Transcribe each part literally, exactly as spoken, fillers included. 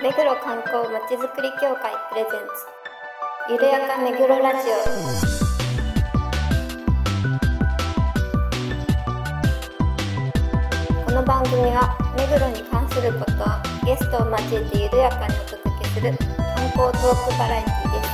目黒観光まちづくり協会プレゼンツゆるやか目黒ラジオ。この番組は目黒に関することをゲストを交えてゆるやかにお届けする観光トークバラエティです。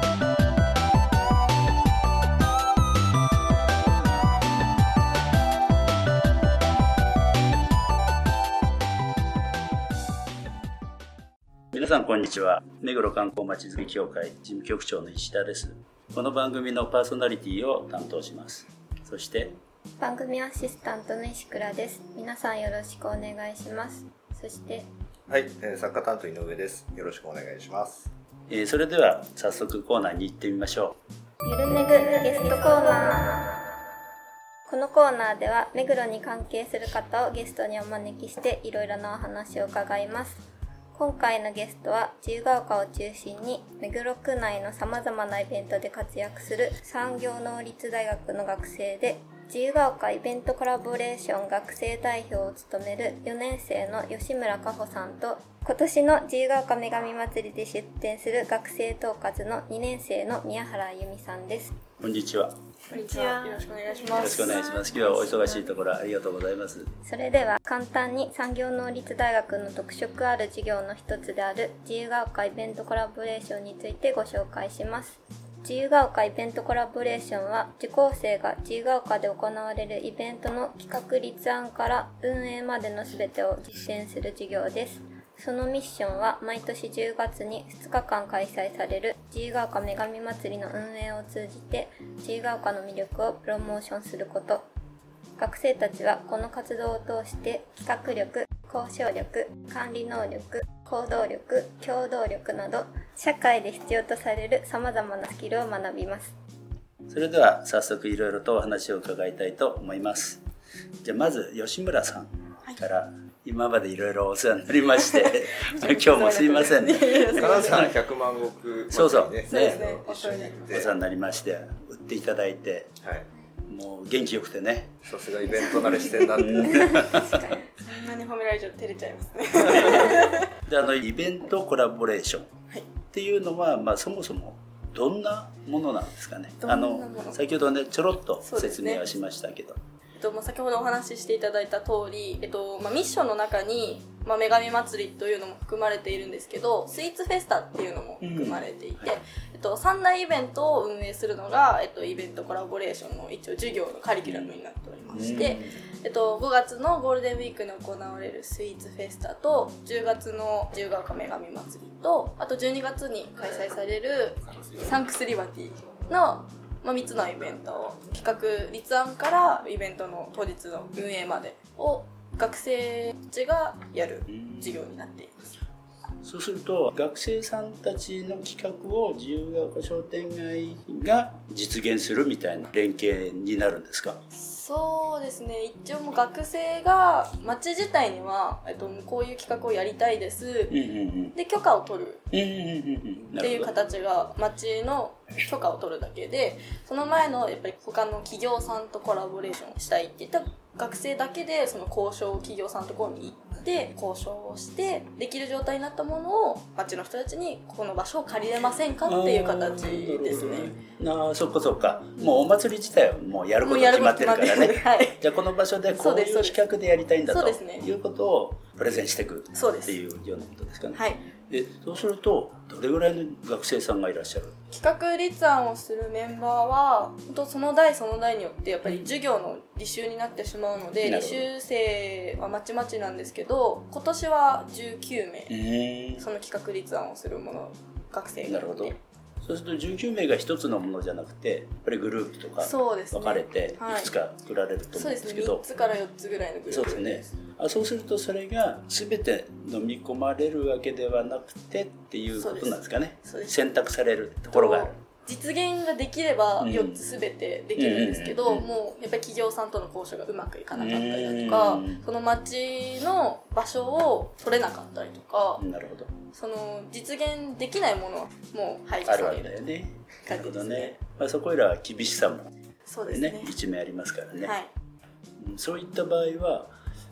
皆さんこんにちは。目黒観光まちづくり協会事務局長の石田です。この番組のパーソナリティを担当します。そして番組アシスタントの石倉です。皆さんよろしくお願いします。そしてはい、えー、作家担当井上です。よろしくお願いします。 えー、それでは早速コーナーに行ってみましょう。ゆるめぐゲストコーナー。このコーナーでは目黒に関係する方をゲストにお招きしていろいろなお話を伺います。今回のゲストは自由が丘を中心に目黒区内のさまざまなイベントで活躍する産業能率大学の学生で、自由が丘イベントコラボレーション学生代表を務めるよねん生の吉村佳穂さんと、今年の自由が丘女神祭りで出展する学生統括のにねん生の宮原由美さんです。 こんにちは。 こんにちは。よろしくお願いします。 よろしくお願いします。今日はお忙しいところありがとうございます。 それでは簡単に産業能率大学の特色ある授業の一つである自由が丘イベントコラボレーションについてご紹介します。自由が丘イベントコラボレーションは受講生が自由が丘で行われるイベントの企画立案から運営までの全てを実践する授業です。そのミッションは毎年じゅうがつにふつかかん開催される自由が丘女神祭りの運営を通じて自由が丘の魅力をプロモーションすること。学生たちはこの活動を通して企画力、交渉力、管理能力、行動力、協働力など社会で必要とされる様々なスキルを学びます。 それでは早速いろいろとお話を伺いたいと思います。じゃあまず吉村さんから、はい、今までいろいろお世話になりまして今日もすいませんね。 金沢ひゃくまん石、ね、 そうそうね、 ね、 一緒にお世話になりまして売っていただいて、はい、もう元気よくてね。 さすがイベント慣れしてんなって確かにそんなに褒められちゃうと照れちゃいますねであのイベントコラボレーションっていうのは、まあ、そもそもどんなものなんですかね。あの先ほどねちょろっと説明はしましたけど、 えっと、先ほどお話ししていただいた通り、えっとまあ、ミッションの中に、まあ、女神祭りというのも含まれているんですけど、スイーツフェスタっていうのも含まれていて、うんはいえっと、さん大イベントを運営するのが、えっと、イベントコラボレーションの一応授業のカリキュラムになっておりまして、うんえっと、ごがつのゴールデンウィークに行われるスイーツフェスタとじゅうがつの自由が丘女神祭りと、あとじゅうにがつに開催されるサンクスリバティのまあ、みっつのイベントを企画立案からイベントの当日の運営までを学生たちがやる授業になっています。 そうすると学生さんたちの企画を自由が丘商店街が実現するみたいな連携になるんですか？ そうですね、一応もう学生が町自体には、えっと、こういう企画をやりたいです、うんうんうん、で許可を取るっていう形が町の許可を取るだけで、その前のやっぱり他の企業さんとコラボレーションしたいって言った学生だけでその交渉企業さんのところに行って交渉をしてできる状態になったものを町の人たちにこの場所を借りれませんかっていう形ですね。 ああ、そっかそっか。もうお祭り自体はもうやること決まってるからね、はい、じゃあこの場所でこういう企画でやりたいんだということをプレゼンしていくっていうようなことですかね。 はい、 でそうするとどれぐらいの学生さんがいらっしゃる？ 企画立案をするメンバーは本当その代その代によってやっぱり授業の履修になってしまうので、履修生はまちまちなんですけど、今年はじゅうきゅうめいその企画立案をするもの学生がいて。なるほど。 そうするとじゅうきゅうめいが一つのものじゃなくてやっぱりグループとか分かれていくつか作られると思うんですけど、 そうですね、みっつからよっつぐらいのグループです。 そうですね。あ、そうするとそれが全て飲み込まれるわけではなくてっていうことなんですかね。選択されるところがある。 実現ができればよっつ全てできるんですけど、うん、もうやっぱり企業さんとの交渉がうまくいかなかったりだとか、その町の場所を取れなかったりとか、なるほど、その実現できないものはもう廃棄されるあるわけだよね。なるほどね。まあ、そこいらは厳しさも、ね、 そうですね、 一面ありますからね、 はい、 そういった場合は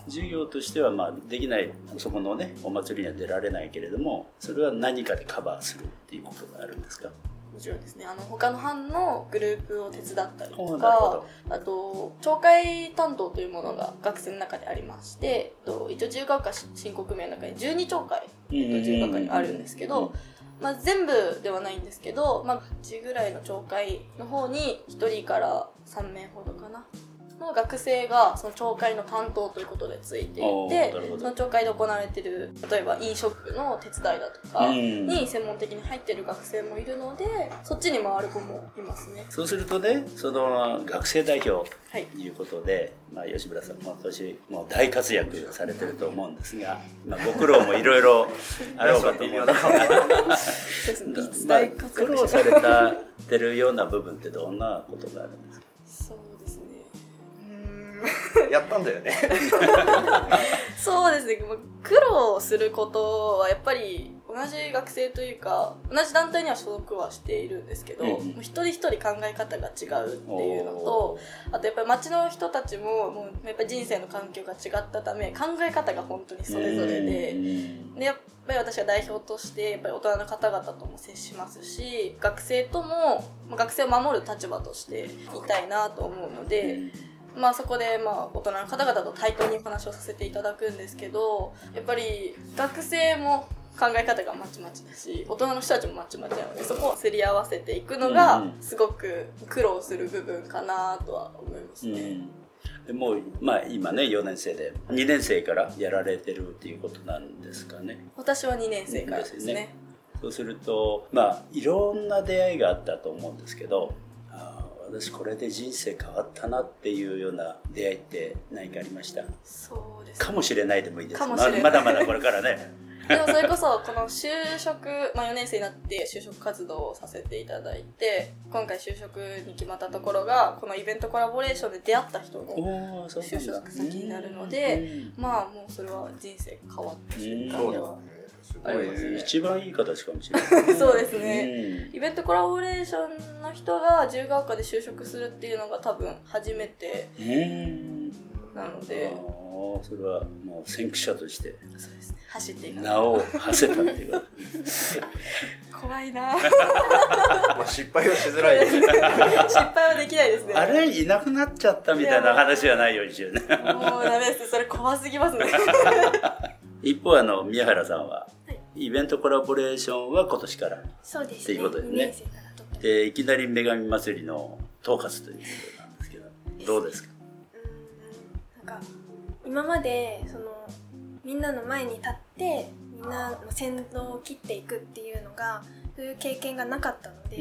授業としてはまあできない、そこのねお祭りには出られないけれども、それは何かでカバーするっていうことがあるんですか？ もちろんですね。あの他の班のグループを手伝ったりとなるほか、 ど。 あと懲戒担当というものが学生の中でありまして、えっと一応自由が丘申告名の中にじゅうに懲戒、えっと、自由が丘にあるんですけど、まあ、全部ではないんですけど、まあ、はちぐらいの懲戒の方にひとりからさんめいほどかなの学生がその懲戒の担当ということでついていて、その懲戒で行われている例えば飲食の手伝いだとかに専門的に入っている学生もいるので、そっちに回る子もいますね。 そうするとね、その学生代表ということで、はい、まあ、吉村さんも今年もう大活躍されてると思うんですが、まあ、ご苦労もいろいろあろうかと思うんですがまあ、苦労されたてるような部分ってどんなことがあるんですか？ そうですね、 やったんだよねそうですね、苦労することはやっぱり同じ学生というか同じ団体には所属はしているんですけど、うん、もう一人一人考え方が違うっていうのと、あとやっぱり町の人たちも、もうやっぱり人生の環境が違ったため考え方が本当にそれぞれで、でやっぱり私は代表としてやっぱり大人の方々とも接しますし、学生とも学生を守る立場としていたいなと思うので、まあ、そこでまあ大人の方々と対等にお話をさせていただくんですけど、やっぱり学生も考え方がまちまちだし、大人の人たちもまちまちなので、そこをすり合わせていくのがすごく苦労する部分かなとは思いますね。うん、 でもう、まあ、今ねよねん生でにねん生からやられてるっていうことなんですかね？ 私はにねん生からですね。 ね、そうするとまあいろんな出会いがあったと思うんですけど、私これで人生変わったなっていうような出会いって何かありました？ そうですね、 かもしれないでもいいです。ま, まだまだこれからねでもそれこそこの就職、まあ、よねん生になって就職活動をさせていただいて、今回就職に決まったところがこのイベントコラボレーションで出会った人の就職先になるので、まあもうそれは人生変わって瞬間ではありますね。 一番いい形かもしれないそうですね、イベントコラボレーションの人が自由が丘で就職するっていうのが多分初めてなので、 それはもう先駆者としてそうですね、走っていく名を馳せたっていうか怖いなまあ失敗はしづらいです失敗はできないですね。 あれいなくなっちゃったみたいな話じゃないようにしようねもうダメです、それ怖すぎますね一方あの宮原さんは、はい、イベントコラボレーションは今年からそうですね、 っていうことですね。でいきなり女神祭りの統括ということなんですけど、どうですか？ うーん、なんか今までそのみんなの前に立ってみんなの先導を切っていくっていうのがそういう経験がなかったので、うん、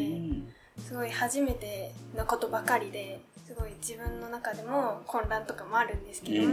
すごい初めてのことばかりですごい自分の中でも混乱とかもあるんですけど、うん、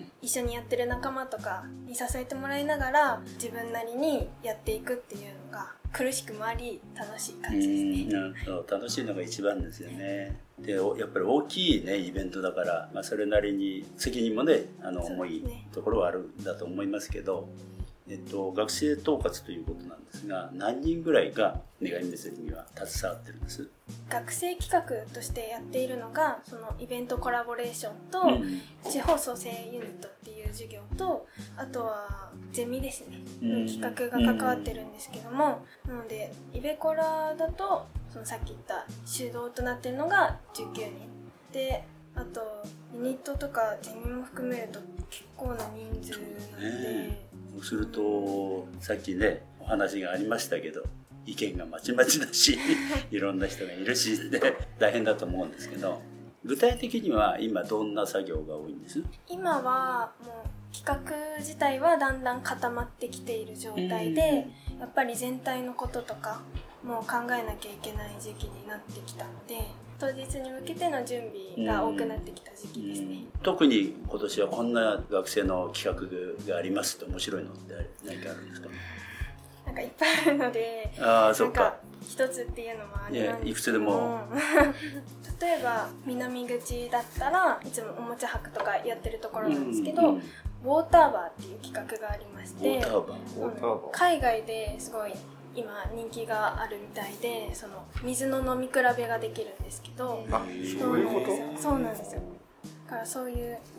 一緒にやってる仲間とかに支えてもらいながら自分なりにやっていくっていうのが苦しくもあり楽しい感じですね。 うん、楽しいのが一番ですよね。でやっぱり大きい、ね、イベントだから、まあ、それなりに責任もねあの重いところはあるんだと思いますけど、えっと、学生統括ということなんですが、何人ぐらいが女神祭りには携わってるんです？ 学生企画としてやっているのがそのイベントコラボレーションと、うん、地方創生ユニットっていう授業と、あとはゼミですね、うん、企画が関わってるんですけども、うん、なのでイベコラだとそのさっき言った主導となってるのがじゅうきゅうにんで、あとユニットとかゼミも含めると結構な人数なので、ね、 そうするとさっきねお話がありましたけど意見がまちまちだしいろんな人がいるしで大変だと思うんですけど、具体的には今どんな作業が多いんです？ 今はもう企画自体はだんだん固まってきている状態で、やっぱり全体のこととかもう考えなきゃいけない時期になってきたので、当日に向けての準備が多くなってきた時期ですね。 特に今年はこんな学生の企画がありますって面白いのって何かあるんですか？ なんかいっぱいあるので、 あ、そっか、 なんか一つっていうのもありなんですけど、いくつでも例えば南口だったらいつもおもちゃ博とかやってるところなんですけど、うんうん、ウォーターバーっていう企画がありまして、 ウォーターバー、 うん、海外ですごい今人気があるみたいで、その水の飲み比べができるんですけど、 あ、そういうこと？ そうなんですよ。だからそういう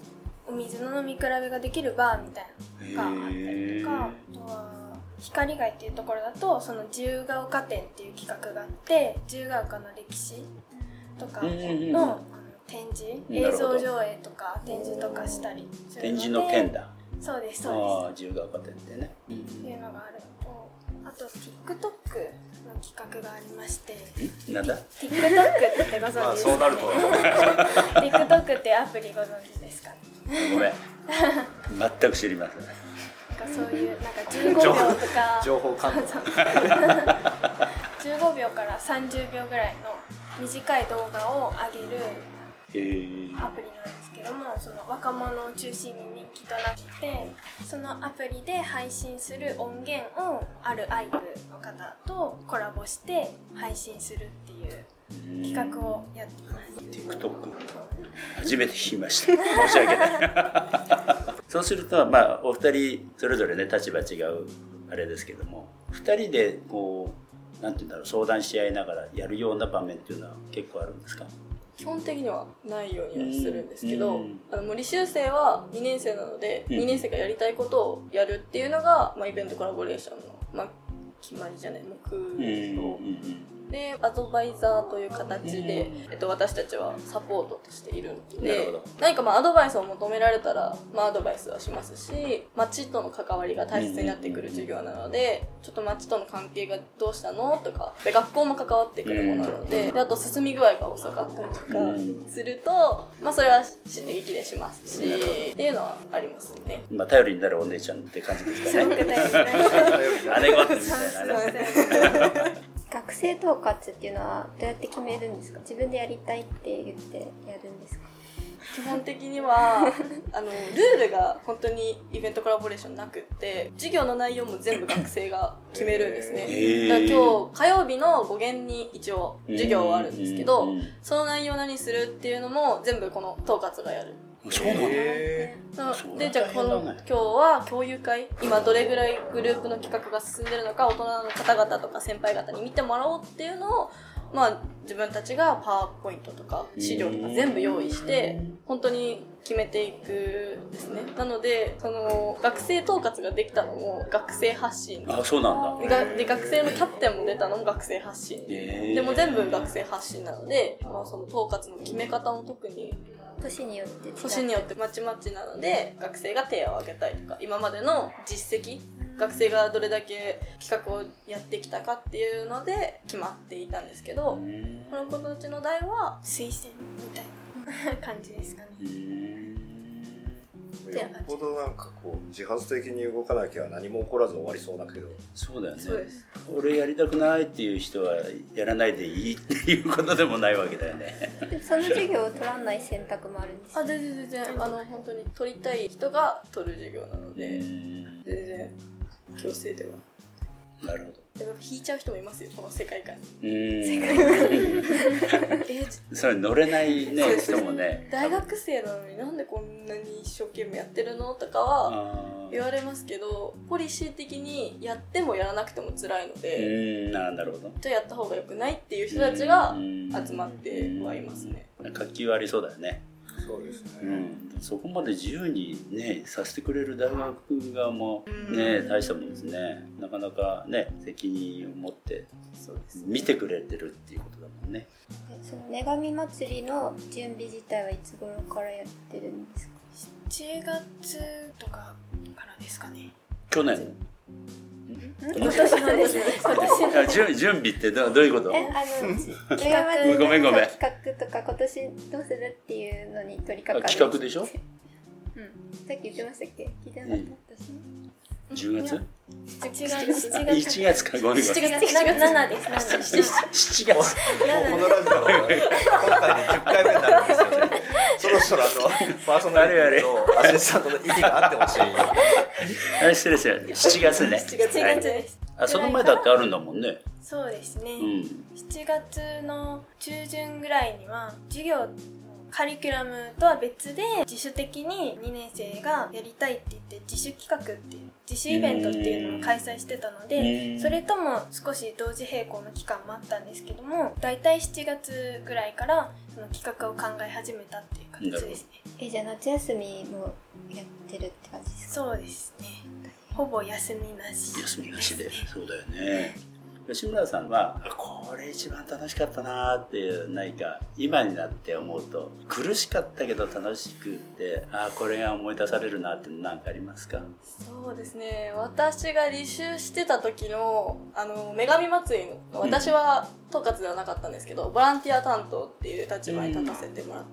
お水の飲み比べができるバーみたいなのがあったりとか、あとは光街っていうところだとその自由が丘展っていう企画があって、自由が丘の歴史とかの、うん、あの展示、映像上映とか展示とかしたりするので、 展示の件だ。 そうですそうです。 ああ、自由が丘展ってね、 っていうのがあるのと、あと TikTok の企画がありまして、 なんだ TikTok ってご存知ですかね。まあそうなると TikTok ってアプリご存知ですかね。 ごめん全く知りません。 なんかそういうなんかじゅうごびょうとか情報感覚じゅうごびょうからさんじゅうびょうぐらいの短い動画を上げるアプリなんですけども、その若者を中心に人気となって、そのアプリで配信する音源をあるアイドルの方とコラボして配信するっていう企画をやっています。 TikTok 初めて聞きました申し訳ないそうするとまあお二人それぞれね立場違うあれですけども、二人でこうなんていうんだろう、相談し合いながらやるような場面っていうのは結構あるんですか？ 基本的にはないようにはするんですけど、あのもう履修生はにねん生なので、うん、にねん生がやりたいことをやるっていうのが、まあ、イベントコラボレーションの、まあ、決まりじゃない目標で、アドバイザーという形で、えっと、私たちはサポートとしているので、何かまあアドバイスを求められたら、まあ、アドバイスはしますし、町との関わりが大切になってくる授業なので、ちょっと町との関係がどうしたのとかで、学校も関わってくるものなので、であと進み具合が遅かったりとかすると、まあ、それは刺激でしますしっていうのはありますね。 まあ、頼りになるお姉ちゃんって感じですかね。姉御みたいなね学生統括っていうのはどうやって決めるんですか？自分でやりたいって言ってやるんですか？ 基本的にはあのルールが本当にイベントコラボレーションなくって、授業の内容も全部学生が決めるんですね。だから今日火曜日の午前に一応授業はあるんですけど、その内容何するっていうのも全部この統括がやる。 そうなんだ。 で、じゃあこの今日は共有会、今どれぐらいグループの企画が進んでるのか、大人の方々とか先輩方に見てもらおうっていうのを、まあ自分たちがパワーポイントとか資料とか全部用意して本当に決めていくですね。なのでその学生統括ができたのも学生発信。 あ、そうなんだ。で学生のキャプテンも出たのも学生発信。でも全部学生発信なので、まあ、その統括の決め方も特に年によって年によってまちまちなので、学生が手を挙げたりとか、今までの実績、学生がどれだけ企画をやってきたかっていうので決まっていたんですけど、この子たちの代は推薦みたいな感じですかね。 よっぽどなんかこう自発的に動かなきゃ何も起こらず終わりそうだけど。 そうだよね。俺やりたくないっていう人はやらないでいいっていうことでもないわけだよね。 その授業を取らない選択もあるんですか？ あ、全然全然、あの本当に取りたい人が取る授業なので、全然強制では。 なるほど。 でも引いちゃう人もいますよ、この世界観に。世界観えそれ乗れないね人もね。 大学生なのになんでこんなに一生懸命やってるのとかは言われますけど、ポリシー的にやってもやらなくても辛いので、 うん、なるほど。 じゃあやった方がよくないっていう人たちが集まってはいますね。 活気はありそうだよね。 そうですね、 うん、そこまで自由にねさせてくれる大学側もね大したもんですね。なかなかね責任を持って見てくれてるっていうことだもんね。 その女神祭りの準備自体はいつ頃からやってるんですか？ しちがつとかからですかね。 去年今年のですね。今年の準準備ってどどういうこと？ え、あの企画ごめんごめん。 企画とか今年どうするっていうのに取り掛かる。 企画でしょ？うん。 さっき言ってましたっけ？聞いてなかった、私。 じゅうがつ？ しちがつ。 いちがつかごめんごめん。 しちがつななです。なな。 しちがつ。 このラジオの今回でじゅっかいめになるんですよね。そろそろあのパーソナリティとアシスタントの息があってほしい。 あれ失礼しました。しちがつね。 しちがつです。 あ、その前だってあるんだもんね。 そうですね。 うん、 しちがつの中旬ぐらいには授業のカリキュラムとは別で自主的ににねん生がやりたいって言って自主企画っていう自主イベントっていうのを開催してたので、それとも少し同時並行の期間もあったんですけども、だいたいしちがつぐらいからその企画を考え始めたっていう形ですね。 え、じゃあ夏休みもやってるって感じですか？ そうですね、ほぼ休みなし。 休みなしで、そうだよね。吉村さんはこれ一番楽しかったなっていう何か今になって思うと苦しかったけど楽しくて、あこれが思い出されるなって何かありますか？ そうですね、私が履修してた時のあの女神祭りの、私は統括ではなかったんですけどボランティア担当っていう立場に立たせてもらって、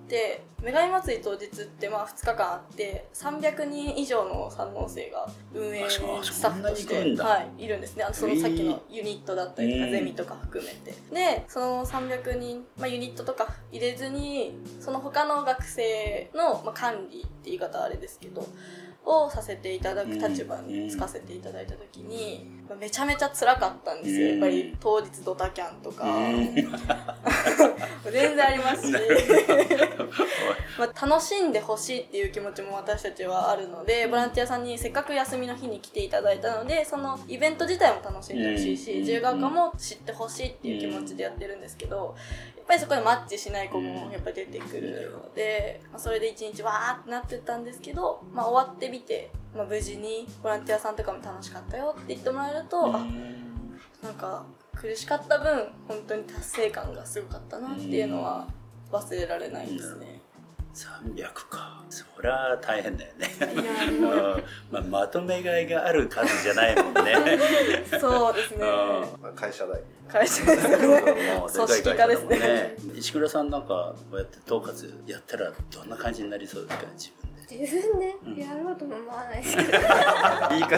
女神祭り当日ってまあふつかかんあってさんびゃくにん以上の三能生が運営スタッフとして、はい、いるんですね。あのそのさっきのユニットだったりとかゼミとか含めて、でそのさんびゃくにん、まあ、ユニットとか入れずにその他の学生の、まあ、管理って言い方はあれですけどをさせていただく立場につかせていただいた時に、うん、めちゃめちゃ辛かったんですよ、うん、やっぱり当日ドタキャンとか、うん、全然ありますしまあ楽しんでほしいっていう気持ちも私たちはあるので、ボランティアさんにせっかく休みの日に来ていただいたのでそのイベント自体も楽しんでほしいし、うん、自由が丘も知ってほしいっていう気持ちでやってるんですけど、やっぱりそこでマッチしない子もやっぱり出てくるので、まあ、それで一日わーってなってたんですけど、まあ、終わってみて、まあ、無事にボランティアさんとかも楽しかったよって言ってもらえると、あ、なんか苦しかった分本当に達成感がすごかったなっていうのは忘れられないですね。 さんびゃくか、そりゃ大変だよねまあ、まとめ買いがある数じゃないもんねそうですね、 まあ、会社代会社代ですね組織化ですね。 石倉さんなんかこうやって統括やったらどんな感じになりそうですか？自分で自分でやろうとも思わないですけど、 言い方言い方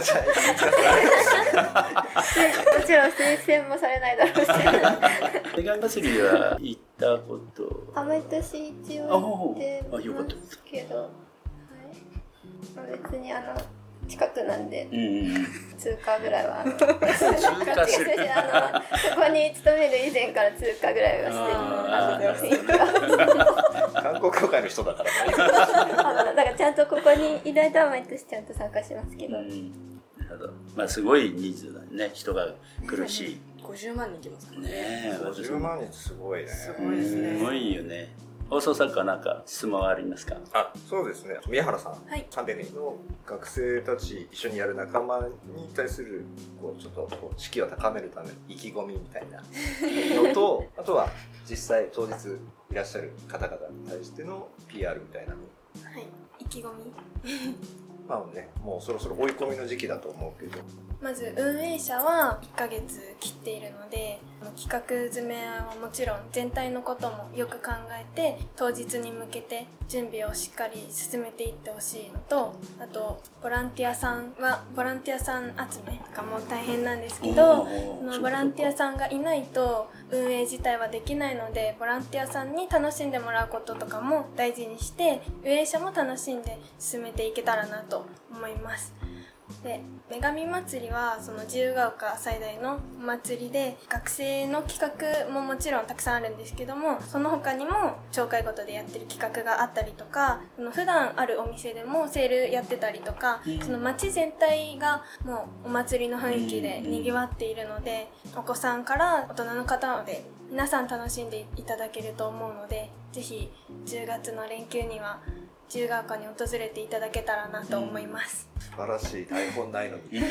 もちろん推薦もされないだろうし女神祭りは行ったことあ毎年一応行ってますけど、はい、まあ、別にあの近くなんで、うんうん、通過ぐらいは通過するあのそこに勤める以前から通過ぐらいはしてる観光協会の人だからねだからちゃんとここにいる間は毎年ちゃんと参加しますけど、うん、 なるほど、まあ、すごい人数だね、人が来るしごじゅうまんにん来ますからね。 ねごじゅうまんにんってすごいね。 すごいですね。 すごいよね。放送作家なんか質問はありますか？ あ、そうですね。宮原さん、 はい、 カンデミの学生たち一緒にやる仲間に対するこうちょっとこう士気を高めるための意気込みみたいなのと、あとは実際当日いらっしゃる方々に対しての ピーアール みたいなの。 はい、意気込み。 まあね、もうそろそろ追い込みの時期だと思うけど、 まず運営者はいっかげつ切っているので、企画詰めはもちろん全体のこともよく考えて当日に向けて準備をしっかり進めていってほしいのと、あとボランティアさんはボランティアさん集めがもう大変なんですけど、そのボランティアさんがいないと運営自体はできないので、ボランティアさんに楽しんでもらうこととかも大事にして運営者も楽しんで進めていけたらなと思います。で、女神祭りはその自由が丘最大のお祭りで、学生の企画ももちろんたくさんあるんですけども、その他にも町会ごとでやってる企画があったりとか、その普段あるお店でもセールやってたりとか、その街全体がもうお祭りの雰囲気で賑わっているので、お子さんから大人の方まで皆さん楽しんでいただけると思うので、ぜひじゅうがつの連休には自由が丘に訪れていただけたらなと思います。 素晴らしい。台本ないのに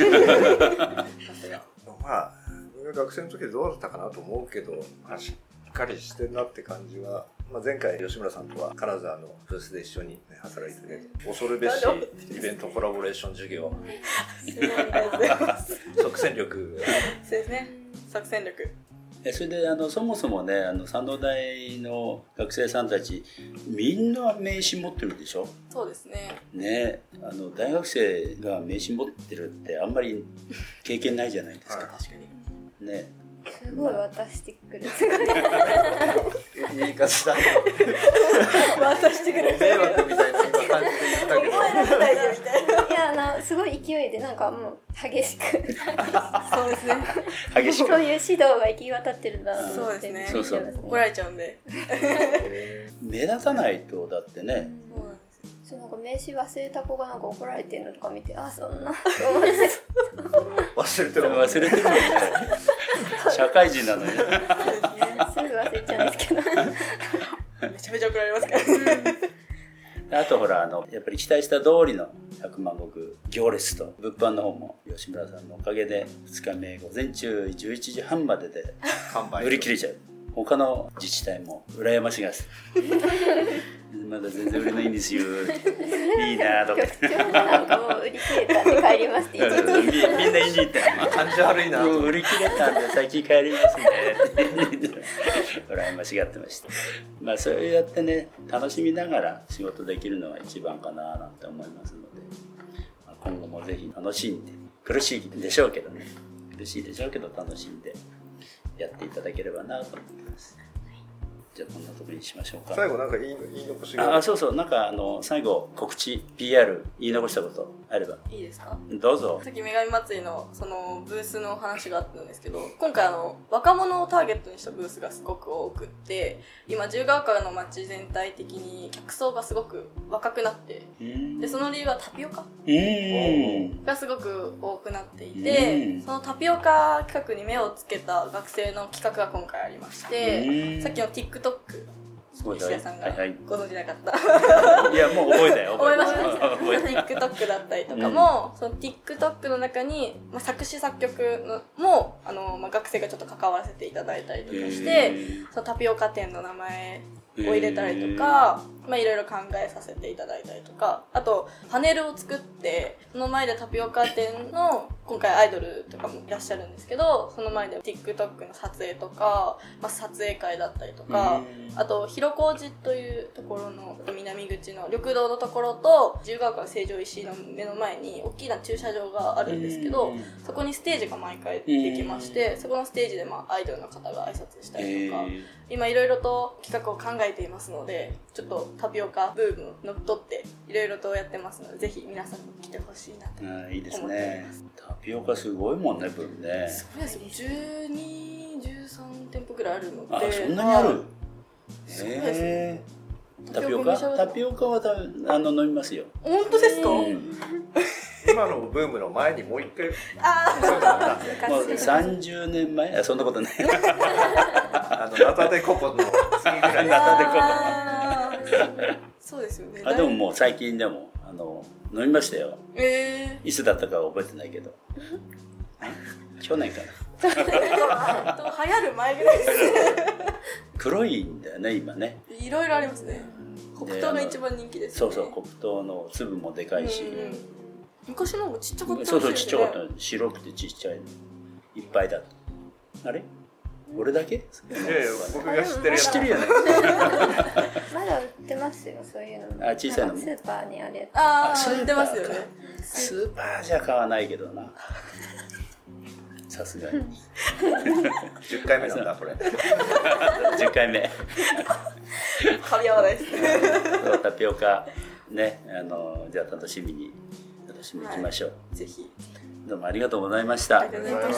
まあ学生の時どうだったかなと思うけど、まあ、しっかりしてんなって感じは、まあ、前回吉村さんとは金沢のブースで一緒に、ね、働いてて、恐るべしイベントコラボレーション授業即戦力そうですね、即戦力。 それであのそもそもね、あの三能大の学生さんたちみんな名刺持ってるでしょ。 そうですね。 ね、あの大学生が名刺持ってるってあんまり経験ないじゃないですか。 確かに。 ね。 すごい渡してくる。 いい感じだ。 渡してくる。 迷惑みたいな今感じで言ったけど。 いや、あのすごい勢いいでなんかもう激しくそうですね激しくそういう指導が行き渡ってるんだなと思って、 ね、 そうそう怒られちゃうんで目立たないとだってね、 うん、そうなんか名刺忘れた子がなんか怒られてるのとか見て、あそんな忘れてる忘れてるもんね社会人なのにすぐ忘れちゃうんですけどめちゃめちゃ怒られますからあとほらあのやっぱり期待した通りのひゃくまん石行列と物販の方も吉村さんのおかげでふつかめ午前中じゅういちじはんまでで売り切れちゃう。他の自治体も羨ましがすまだ全然売れないんですよいいなとか局長なんかもう売り切れたんで帰りますって言ってみ, みんな言いに行った感じ悪いなもう売り切れたんで先帰りますねって羨ましがってました。まあそうやってね楽しみながら仕事できるのが一番かななんて思いますので、まあ、今後もぜひ楽しんで苦しいでしょうけどね苦しいでしょうけど楽しんでやっていただければなと思ってます。じゃあこんなところにしましょうか。 最後なんか言い残しがあそうそうなんかあの最後告知 ピーアール 言い残したことあればいいですか。 どうぞ。 さっき女神祭りのそのブースの話があったんですけど、今回あの若者をターゲットにしたブースがすごく多くって、今自由が丘の街全体的に客層がすごく若くなって、でその理由はタピオカがすごく多くなっていて、そのタピオカ企画に目をつけた学生の企画が今回ありまして、さっきの TikTok石谷さんがご存じなかった、 はいはい、いやもう覚えたよ覚えました TikTok だったりとかも、うん、その TikTok の中に、まあ、作詞作曲のもあの、まあ、学生がちょっと関わらせていただいたりとかして、そのタピオカ店の名前を入れたりとか、まあ、いろいろ考えさせていただいたりとか、あとパネルを作ってその前でタピオカ店の今回アイドルとかもいらっしゃるんですけど、その前で TikTok の撮影とか、まあ、撮影会だったりとか、あと広小路というところの南口の緑道のところと自由が丘成城石井の目の前に大きな駐車場があるんですけど、そこにステージが毎回できまして、そこのステージでまあアイドルの方が挨拶したりとか、今いろいろと企画を考えていますので、ちょっとタピオカブーム乗っ取っていろいろとやってますので、ぜひ皆さんに来てほしいなと思っております。 いいですね。タピオカすごいもんね、ブームね。 そうですよ。じゅうに、じゅうさん店舗ぐらいあるので。 あ、そんなにある。 そうですね。 タピオカタピオカはあの飲みますよ。 本当ですか？うん、 今のブームの前にもう一回ああもうさんじゅうねんまえそんなことないあのナタデココの次ぐらいナタデココそうですよね。 あでももう最近でもあの飲みましたよ。 えー、 いつだったかは覚えてないけど去年かな流行る前ぐらいですね黒いんだよね今ね。 いろいろありますね。黒糖が一番人気ですね。 そうそう、黒糖の粒もでかいし、うんうん、 昔の方がちっちゃかったですね。 そうそうちっちゃかった。白くてちっちゃいいっぱいだったあれ俺だけ？いやいや僕が知ってるやつ知ってるよねまだ売ってますよそういうの。 あ小さいのもスーパーにあるやつ。 ああ売ってますよね。 スーパーじゃ買わないけどなさすがにじゅっかいめなんだこれじゅっかいめ噛み合わないですねタピオカねあのじゃあ楽しみに楽しみにいきましょう、 はい、ぜひどうもありがとうございました。 ありがとうございました。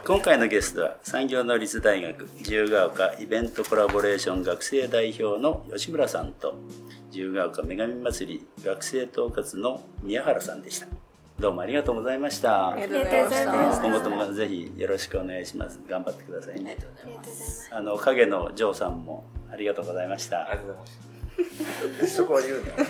今回のゲストは産業能率大学自由が丘イベントコラボレーション学生代表の吉村さんと自由が丘女神祭り学生統括の宮原さんでした。どうもありがとうございました。 ありがとうございました。 今後ともぜひよろしくお願いします。頑張ってくださいね。 ありがとうございます。 あの影のジョーさんもありがとうございました。 ありがとうございました。そこは言うんだ。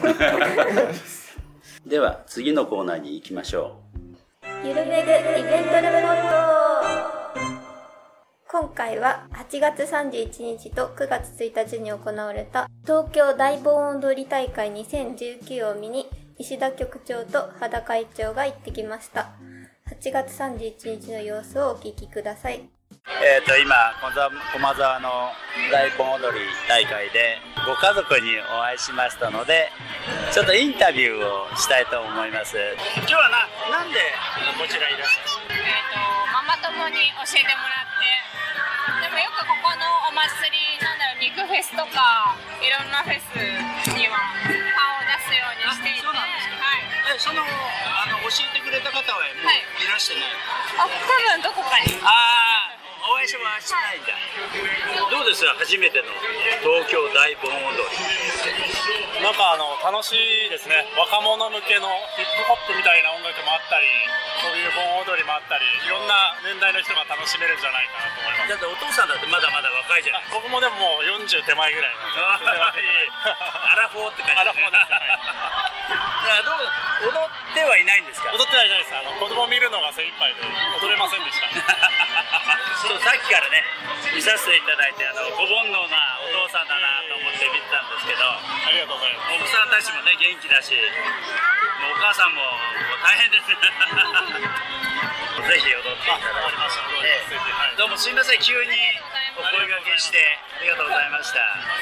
では次のコーナーに行きましょう。 ゆるめぐイベントレポート。今回ははちがつさんじゅういちにちとくがつついたちに行われた東京大盆踊り大会にせんじゅうきゅうを見に石田局長と羽田会長が行ってきました。はちがつさんじゅういちにちの様子をお聞きください。 えー、と今駒沢の大盆踊り大会でご家族にお会いしましたのでちょっとインタビューをしたいと思います。今日はな、なんでこちらいらっしゃる？ えー、とママ友に教えてもらってでもよくここのお祭りなんだろう肉フェスとかいろんなフェスには顔を出すようにししていて、 そうなんですか。 はい。 え、そのあの教えてくれた方はもういらしてない。 あ、多分どこかに。 ああ、お会いはしないんだ。どうですか、初めての東京大盆踊り。 なんかあの楽しいですね。若者向けのヒップホップみたいな音楽もあったり、そういう盆踊りもあったり、いろんな年代の人が楽しめるんじゃないかなと思います。 だってお父さんだってまだまだ若いじゃない。 僕もでももうよんじゅう手前ぐらいなんで。 アラフォーって感じ。 アラフォーですね。 どう踊ってはいないんですか。 踊ってはいないです。あの子供を見るのが精一杯で踊れませんでした。 そうさっきからね見させていただいて、あのご煩悩なお父さんだなと思って見てたんですけど、 ありがとうございます。 奥さんたちもね元気だし、もうお母さんももう大変です。ぜひ踊っていただきました。どうもすみません、急にお声掛けしてありがとうございました。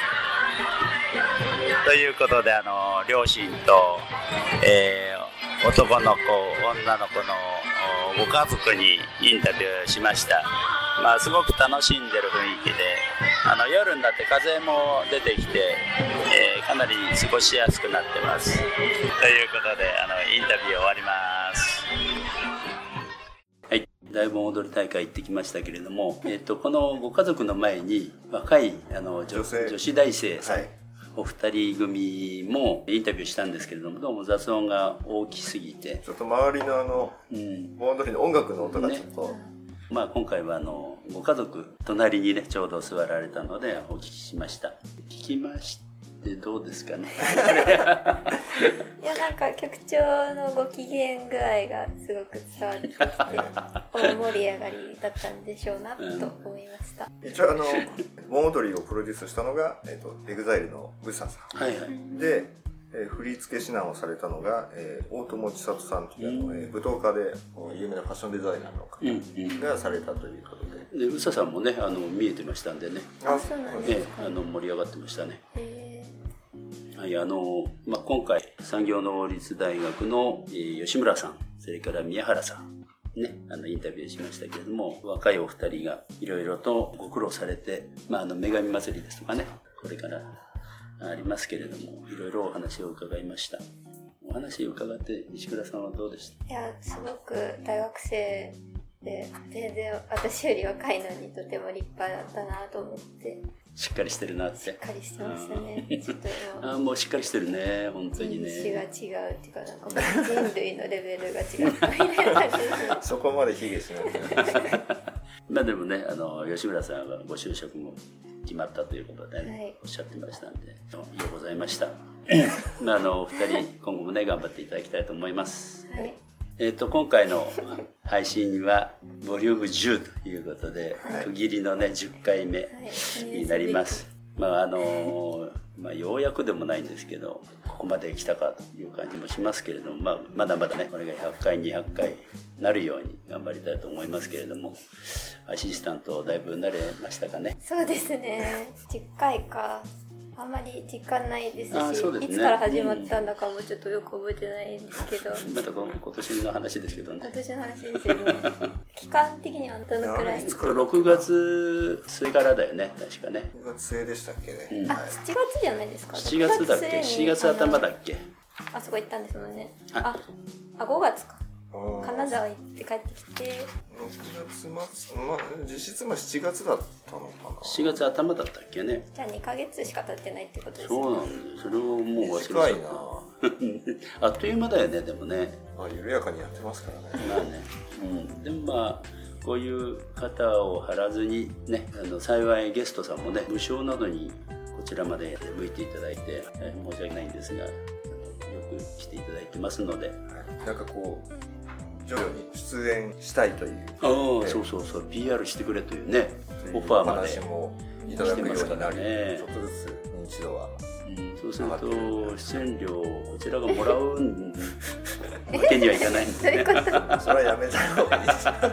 ということで、あの両親と、えー、男の子女の子のご家族にインタビューしました。まあ、すごく楽しんでる雰囲気で、あの夜になって風も出てきて、えー、かなり過ごしやすくなってます。ということで、あのインタビュー終わります。はい、大盆踊り大会行ってきましたけれども、えー、とこのご家族の前に若いあの 女, 女子大生さん、はい、お二人組もインタビューしたんですけれども、どうも雑音が大きすぎて、 ちょっと周りのあの、うん、盆踊りの音楽の音がちょっと、ね、 まあ、今回はあのご家族隣にねちょうど座られたのでお聞きしました。聞きましてどうですかね。 いや、なんか曲調のご機嫌具合がすごく伝わってきて大盛り上がりだったんでしょうなと思いました、 うん、一応あの盆踊りをプロデュースしたのが、えー、とエグザイルのブサさん、はいはい、で、えー、振付指南をされたのが、えー、大友千里さんという、うん、えー、舞踏家で有名なファッションデザイナーの方がされたということで、 うんうん、で宇佐さんもねあの見えてましたんでね、 あ、そうなんですか、 ね、あの盛り上がってましたね。はい、あのまあ、今回産業能率大学の、えー、吉村さん、それから宮原さんね、あのインタビューしましたけれども、若いお二人がいろいろとご苦労されて、まあ、あの女神祭りですとかね、これからありますけれども、いろいろお話を伺いました。お話を伺って西倉さんはどうでした？ いや、すごく大学生で全然私より若いのにとても立派だったなと思って。 しっかりしてるなって。 しっかりしてましたね。ちょっともうあもうしっかりしてるね、本当にね。 人種が違うっていうか、なんか人類のレベルが違うみたいな感じです。 そこまで卑下しないまあでもね、あの吉村さんはご就職も決まったということで、ね、はい、おっしゃってましたんで、ようございました。まああのお二人今後もね頑張っていただきたいと思います。はい、えっと今回の配信はボリュームじゅうということで、はい、区切りのねじゅっかいめになります。はい、まああのまあようやくでもないんですけど、ここまで来たかという感じもしますけれども、まあまだまだねこれがひゃっかいにひゃっかいなるように頑張りたいと思いますけれども、アシスタントだいぶ慣れましたかね。 そうですね、じゅっかいか。あんまり実感ないですし、 ですね、 いつから始まったんだかもちょっとよく覚えてないんですけど、 また今年の話ですけどね。 今年の話ですよね。期間的にはどのくらい？ ろくがつ末からだよね、確かね。 ろくがつ末でしたっけね。 うん、あ、しちがつじゃないですか。 しちがつだっけ？しちがつ頭だっけ？ あそこ行ったんですもんね。あ、あごがつか。金沢行って帰ってきてろくがつまつ、まあ、実質もしちがつだったのかな。 しちがつ頭だったっけね。 じゃあにかげつしか経ってないってことですね。 そうなんです。それをもう忘れちゃった。あっという間だよね、でもね。 まあ緩やかにやってますからね。 まあね、うん、でもまあこういう方を張らずにね、あの幸いゲストさんもね無償などにこちらまで向いていただいて申し訳ないんですが、よく来ていただいてますので、 なんかこう徐々に出演したいという、 ああ、そうそうそう、 ピーアール してくれというねオファーまで話もいただくようになり、ね、ちょっとずつ認知度は、 うん、そうすると出演料をこちらがもらうわけにはいかないんでね。 それはやめた方がいい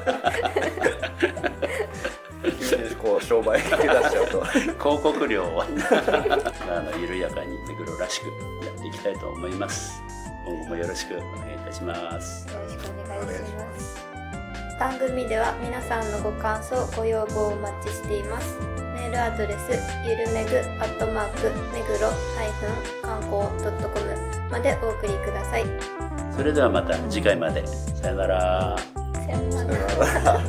です。急にこう商売に出しちゃうと広告料をあの緩やかに目黒らしくやっていきたいと思います。今後もよろしくお願いいたします。 よろしくお願いします。番組では皆さんのご感想、ご要望をお待ちしています。メールアドレスゆるめぐアットマーク目黒観光 .com までお送りください。 それではまた次回まで。さよなら。 さよなら。